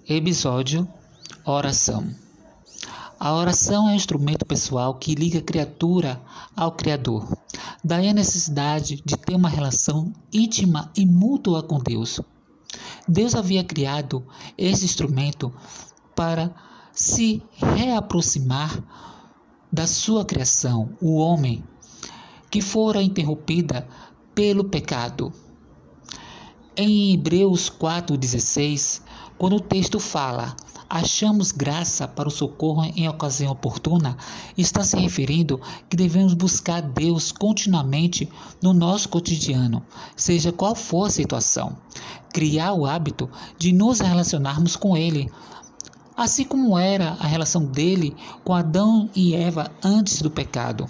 Episódio: Oração. A oração é um instrumento pessoal que liga a criatura ao Criador. Daí a necessidade de ter uma relação íntima e mútua com Deus. Deus havia criado esse instrumento para se reaproximar da sua criação, o homem, que fora interrompida pelo pecado. Em Hebreus 4,16, quando o texto fala achamos graça para o socorro em ocasião oportuna, está se referindo que devemos buscar Deus continuamente no nosso cotidiano, seja qual for a situação. Criar o hábito de nos relacionarmos com Ele, assim como era a relação dele com Adão e Eva antes do pecado.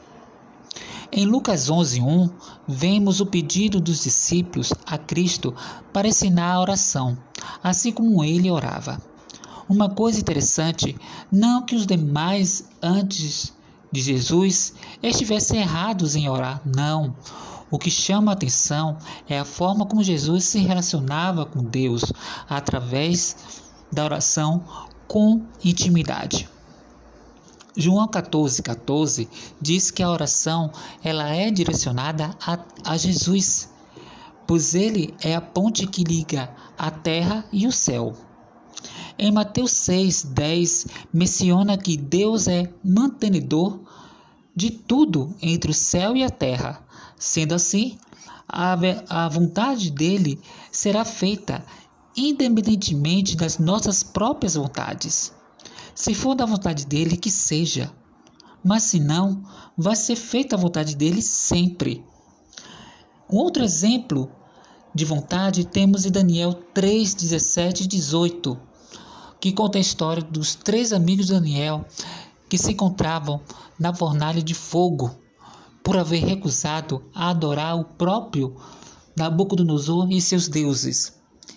Em Lucas 11:1, vemos o pedido dos discípulos a Cristo para ensinar a oração, assim como ele orava. Uma coisa interessante, não que os demais antes de Jesus estivessem errados em orar, não. O que chama a atenção é a forma como Jesus se relacionava com Deus através da oração com intimidade. João 14,14 diz que a oração ela é direcionada a Jesus, pois ele é a ponte que liga a terra e o céu. Em Mateus 6,10 menciona que Deus é mantenedor de tudo entre o céu e a terra. Sendo assim, a vontade dele será feita independentemente das nossas próprias vontades. Se for da vontade dele, que seja. Mas se não, vai ser feita a vontade dele sempre. Um outro exemplo de vontade temos em Daniel 3:17 e 18, que conta a história dos 3 amigos de Daniel que se encontravam na fornalha de fogo por haver recusado a adorar o próprio Nabucodonosor e seus deuses.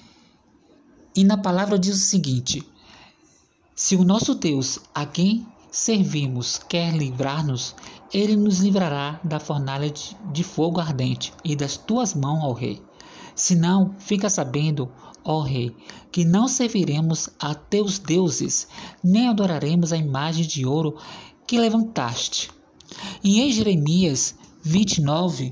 E na palavra diz o seguinte: se o nosso Deus, a quem servimos, quer livrar-nos, ele nos livrará da fornalha de fogo ardente e das tuas mãos, ó rei. Se não, fica sabendo, ó rei, que não serviremos a teus deuses, nem adoraremos a imagem de ouro que levantaste. E em Jeremias 29,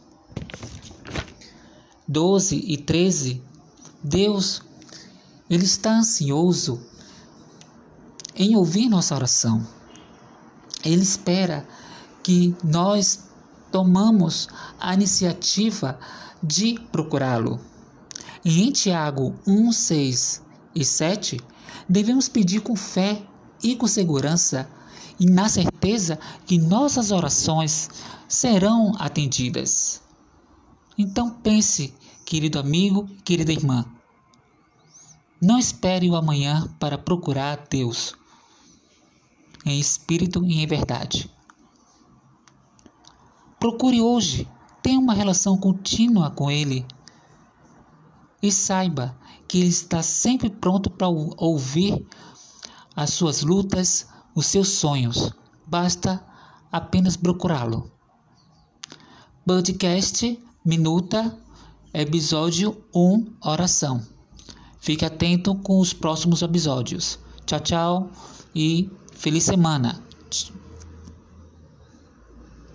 12 e 13, Deus ele está ansioso em ouvir nossa oração. Ele espera que nós tomamos a iniciativa de procurá-lo. E em Tiago 1:6 e 7, devemos pedir com fé e com segurança e na certeza que nossas orações serão atendidas. Então pense, querido amigo, querida irmã, não espere o amanhã para procurar a Deus em espírito e em verdade. Procure hoje, tenha uma relação contínua com Ele e saiba que Ele está sempre pronto para ouvir as suas lutas, os seus sonhos. Basta apenas procurá-lo. Podcast Minuta, episódio 1, oração. Fique atento com os próximos episódios. Tchau, tchau e feliz semana.